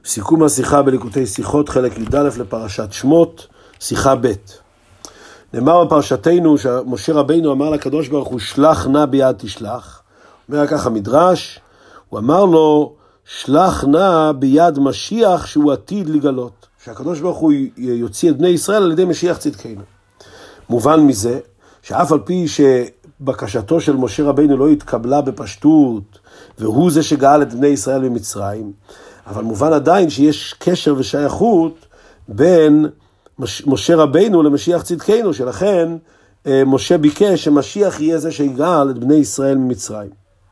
סיכום השיחה בליקוטי שיחות, חלק י"א לפרשת שמות, שיחה ב'. נאמר בפרשתנו שמשה רבינו אמר לקדוש ברוך הוא, שלח נא ביד תשלח. אומר ככה מדרש, הוא אמר לו, שלח נא ביד משיח שהוא עתיד לגלות. שהקדוש ברוך הוא יוציא את בני ישראל על ידי משיח צדקנו. מובן מזה, שאף על פי שבקשתו של משה רבינו לא התקבלה בפשטות, והוא זה שגאל את בני ישראל ממצרים, אבל מובן עדיין שיש קשר ושייכות בין משה רבינו למשיח צדקנו, שלכן משה ביקש שמשיח יהיה זה שיגאל את בני ישראל ממצרים.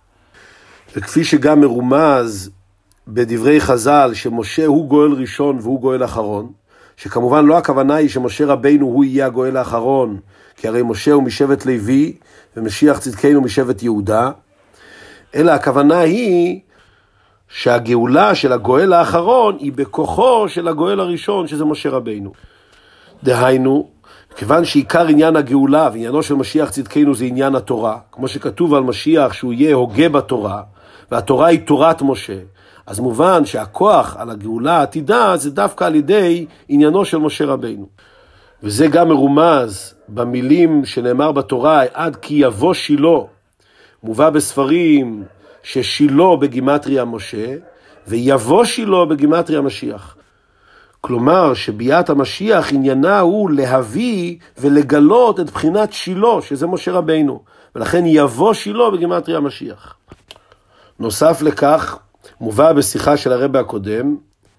וכפי שגם מרומז בדברי חז"ל שמשה הוא גואל ראשון והוא גואל אחרון, שכמובן לא הכוונה היא שמשה רבינו הוא יהיה הגואל האחרון, כי הרי משה הוא משבט לוי ומשיח צדקנו משבט יהודה, אלא הכוונה היא שהגאולה של הגואל האחרון היא בכוחו של הגואל הראשון, שזה משה רבינו. דהיינו, כיוון שעיקר עניין הגאולה ועניינו של משיח צדקנו זה עניין התורה, כמו שכתוב על משיח שהוא יהיה הוגה בתורה, והתורה היא תורת משה, אז מובן שהכוח על הגאולה העתידה זה דווקא על ידי עניינו של משה רבינו. וזה גם מרומז במילים שנאמר בתורה, עד כי יבוא שילה, מובא בספרים ששילה בגימטריה משה, ויבוא שילה בגימטריה משיח. כלומר שביאת המשיח עניינה הוא להביא ולגלות את בחינת שילה, שזה משה רבינו, ולכן יבוא שילה בגימטריה משיח. נוסף לכך, מובא בשיחה של הרבי הקודם,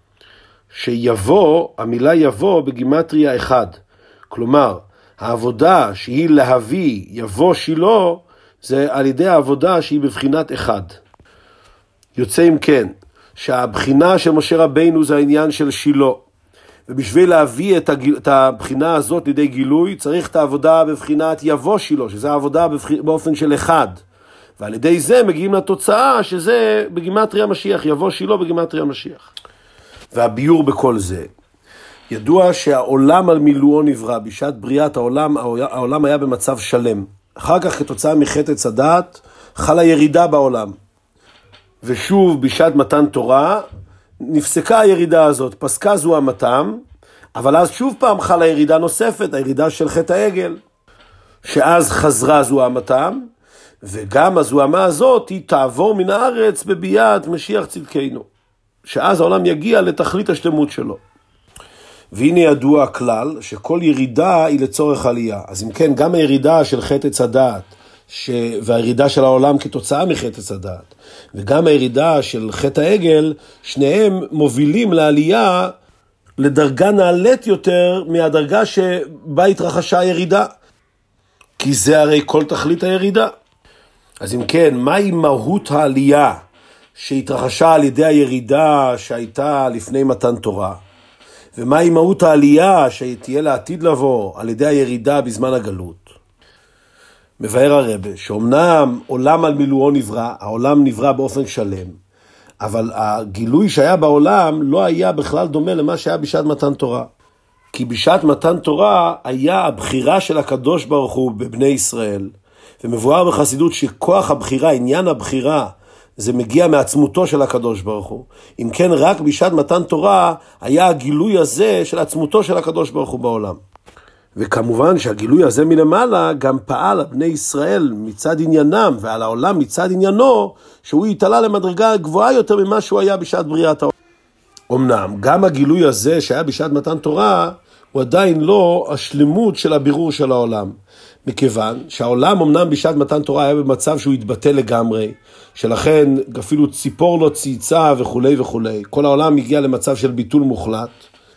שיבוא, המילה יבוא בגימטריה אחד. כלומר, העבודה שהיא להביא יבוא שילה, זה על ידי העבודה שהיא בבחינת אחד. יוצא אם כן, שהבחינה של משה רבינו זה העניין של שילה. ובשביל להביא את הבחינה הזאת לידי גילוי, צריך את העבודה בבחינת יבוא שילה, שזה העבודה באופן של אחד. ועל ידי זה מגיעים לתוצאה שזה בגימטריה משיח, יבוא שילה בגימטריה משיח. והביור בכל זה, ידוע שהעולם על מילואו נברא, בשעת בריאת העולם היה במצב שלם. אחר כך כתוצאה מחטא עץ הדעת, חלה ירידה בעולם. ושוב בשעת מתן תורה, נפסקה הירידה הזאת, פסקה זוהמתם, אבל אז שוב פעם חלה ירידה נוספת, הירידה של חטא העגל, שאז חזרה זוהמתם, וגם הזוהמה הזאת היא תעבור מן הארץ בביאת משיח צדקנו, שאז העולם יגיע לתכלית השלמות שלו. והנה ידוע הכלל שכל ירידה היא לצורך עלייה. אז אם כן, גם הירידה של חטא עץ הדעת, והירידה של העולם כתוצאה מחטא עץ הדעת, וגם הירידה של חטא העגל, שניהם מובילים לעלייה לדרגה נעלית יותר מהדרגה שבה התרחשה הירידה. כי זה הרי כל תכלית הירידה. אז אם כן, מהי מהות העלייה שהתרחשה על ידי הירידה שהייתה לפני מתן תורה? ומהי מהות העלייה שתהיה לעתיד לבוא על ידי הירידה בזמן הגלות? מבאר הרבי שאומנם עולם על מילואו נברא, העולם נברא באופן שלם, אבל הגילוי שהיה בעולם לא היה בכלל דומה למה שהיה בשעת מתן תורה. כי בשעת מתן תורה היה הבחירה של הקדוש ברוך הוא בבני ישראל, ומבואר בחסידות שכוח הבחירה, עניין הבחירה, זה מגיע מעצמותו של הקדוש ברוך הוא. אם כן, רק בשעת מתן תורה היה הגילוי הזה של עצמותו של הקדוש ברוך הוא בעולם. וכמובן שהגילוי הזה מלמעלה גם פעל על בני ישראל מצד עניינם ועל העולם מצד עניינו, שהוא יתעלה למדרגה גבוהה יותר ממה שהוא היה בשעת בריאת העולם. אמנם גם הגילוי הזה שהיה בשעת מתן תורה הוא עדיין לא השלמות של הבירור של העולם. מכיוון שהעולם אמנם בשעת מתן תורה היה במצב שהוא התבטל לגמרי, שלכן אפילו ציפור לא צייצה וכו' וכו'. כל העולם הגיע למצב של ביטול מוחלט,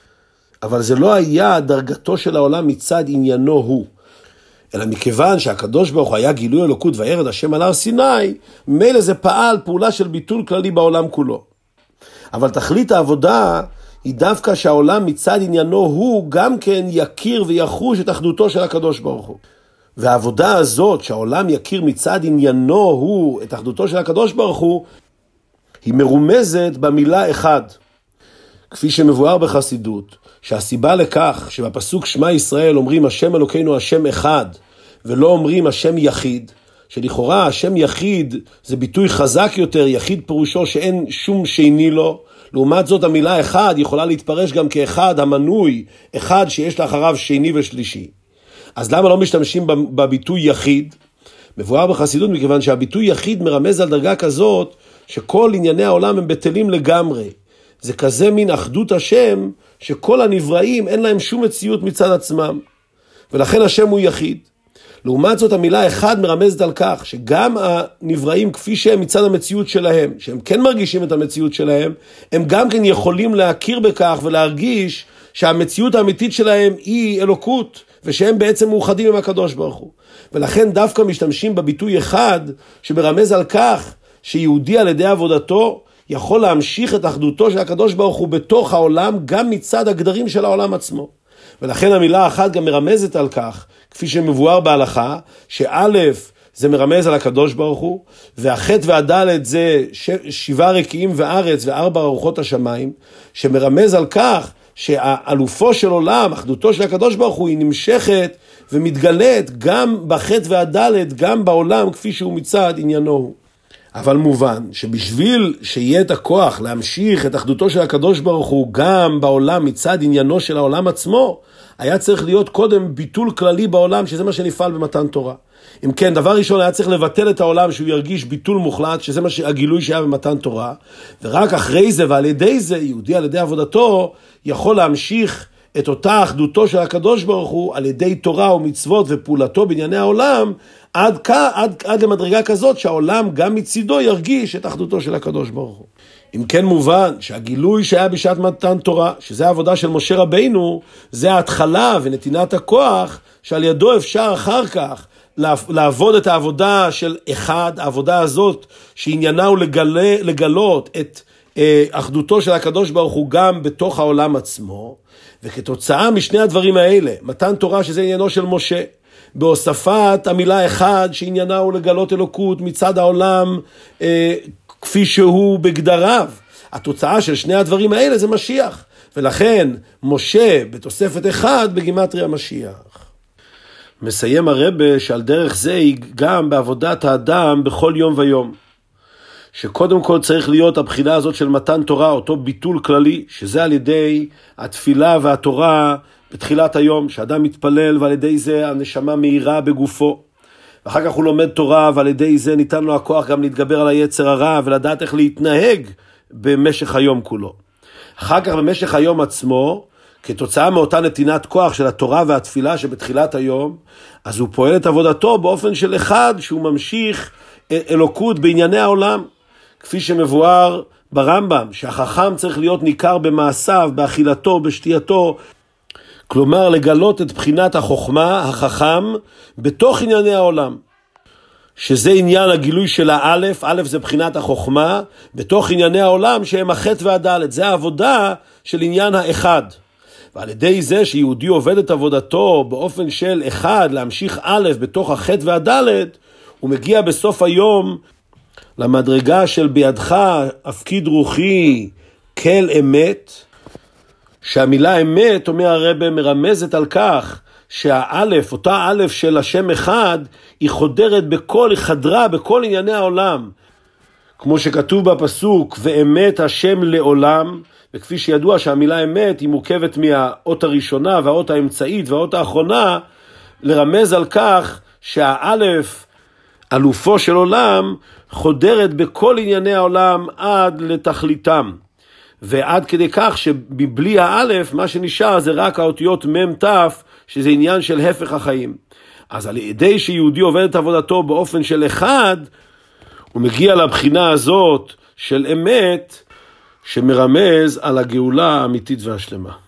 אבל זה לא היה דרגתו של העולם מצד עניינו הוא. אלא מכיוון שהקדוש ברוך הוא היה גילוי אלוקות וירד השם על הר סיני, ממילא זה פעל פעולה של ביטול כללי בעולם כולו. אבל תכלית העבודה היא דווקא שהעולם מצד עניינו הוא גם כן יכיר ויחוש את אחדותו של הקדוש ברוך הוא. והעבודה הזאת שהעולם יכיר מצד עניינו הוא את אחדותו של הקדוש ברוך הוא, היא מרומזת במילה אחד. כפי שמבואר בחסידות, שהסיבה לכך שבפסוק שמע ישראל אומרים השם אלוקינו השם אחד, ולא אומרים השם יחיד, שלכאורה השם יחיד זה ביטוי חזק יותר, יחיד פירושו שאין שום שני לו, לעומת זאת המילה אחד יכולה להתפרש גם כאחד המנוי, אחד שיש לאחריו שני ושלישי. אז למה לא משתמשים בביטוי יחיד? מבואר בחסידות מכיוון שהביטוי יחיד מרמז על דרגה כזאת שכל ענייני העולם הם בטלים לגמרי. זה כזה מין אחדות השם שכל הנבראים אין להם שום מציאות מצד עצמם. ולכן השם הוא יחיד. לעומת זאת המילה אחד מרמזת על כך שגם הנבראים כפי שהם מצד המציאות שלהם, שהם כן מרגישים את המציאות שלהם, הם גם כן יכולים להכיר בכך ולהרגיש שהמציאות האמיתית שלהם היא אלוקות, ושהם בעצם מאוחדים עם הקדוש ברוך הוא. ולכן דווקא משתמשים בביטוי אחד שמרמז על כך שיהודי על ידי עבודתו יכול להמשיך את אחדותו של הקדוש ברוך הוא בתוך העולם גם מצד הגדרים של העולם עצמו. ולכן המילה אחת גם מרמזת על כך, כפי שמבואר בהלכה, שא' זה מרמז על הקדוש ברוך הוא, והח' והד' זה 7 רקיעים וארץ ו4 רוחות השמיים, שמרמז על כך שהאלופו של עולם, אחדותו של הקדוש ברוך הוא, היא נמשכת ומתגלית גם בח' והד' גם בעולם כפי שהוא מצד עניינו הוא. אבל מובן שבשביל שיהיה את הכוח להמשיך את אחדותו של הקדוש ברוך הוא גם בעולם מצד עניינו של העולם עצמו, היה צריך להיות קודם ביטול כללי בעולם, שזה מה שנפעל במתן תורה. אם כן, דבר ראשון היה צריך לבטל את העולם שהוא ירגיש ביטול מוחלט, שזה מה הגילוי שהיה במתן תורה, ורק אחרי זה ועל ידי זה, יהודי על ידי עבודתו, יכול להמשיך את אותה אחדותו של הקדוש ברוך הוא על ידי תורה ומצוות ופעולתו בענייני העולם, עד למדרגה כזאת שהעולם גם מצידו ירגיש את אחדותו של הקדוש ברוך הוא. אם כן מובן שהגילוי שהיה בשעת מתן תורה, שזה העבודה של משה רבינו, זה ההתחלה ונתינת הכוח שעל ידו אפשר אחר כך לעבוד את העבודה של אחד, העבודה הזאת שעניינה הוא לגלות את אחדותו של הקדוש ברוך הוא גם בתוך העולם עצמו, וכתוצאה משני הדברים האלה, מתן תורה שזה עניינו של משה, בהוספת המילה אחד שעניינה הוא לגלות אלוקות מצד העולם כפי שהוא בגדריו, התוצאה של שני הדברים האלה זה משיח, ולכן משה בתוספת אחד בגימטריה משיח. מסיים הרב שעל דרך זה היא גם בעבודת האדם בכל יום ויום, שקודם כל צריך להיות הבחינה הזאת של מתן תורה, אותו ביטול כללי, שזה על ידי התפילה והתורה בתחילת היום, שאדם מתפלל ועל ידי זה הנשמה מהירה בגופו, ואחר כך הוא לומד תורה ועל ידי זה ניתן לו הכוח גם להתגבר על היצר הרע ולדעת איך להתנהג במשך היום כולו. אחר כך במשך היום עצמו, כתוצאה מאותה נתינת כוח של התורה והתפילה שבתחילת היום, אז הוא פועל את עבודתו באופן של אחד שהוא ממשיך אלוקות בענייני העולם, כפי שמבואר ברמב"ם, שהחכם צריך להיות ניכר במעשיו, באכילתו, בשתייתו, כלומר לגלות את בחינת החוכמה, החכם, בתוך ענייני העולם. שזה עניין הגילוי של האלף, א' זה בחינת החוכמה, בתוך ענייני העולם שהם הח' והד', זה העבודה של עניין האחד. ועל ידי זה שיהודי עובד את עבודתו באופן של אחד, להמשיך א' בתוך הח' והד', הוא מגיע בסוף היום למדרגה של בידך הפקיד רוחי כל אמת, שהמילה אמת, אומר הרב, מרמזת על כך שהאלף, אותה אלף של השם אחד, היא חדרה בכל ענייני העולם. כמו שכתוב בפסוק, ואמת השם לעולם, וכפי שידוע שהמילה אמת היא מורכבת מהאות הראשונה והאות האמצעית והאות האחרונה, לרמז על כך שהאלף, אלופו של עולם, חודרת בכל ענייני העולם עד לתכליתם. ועד כדי כך שבבלי האלף, מה שנשאר זה רק האותיות מם תף, שזה עניין של הפך החיים. אז על ידי שיהודי עובד את עבודתו באופן של אחד, הוא מגיע לבחינה הזאת של אמת, שמרמז על הגאולה האמיתית והשלמה.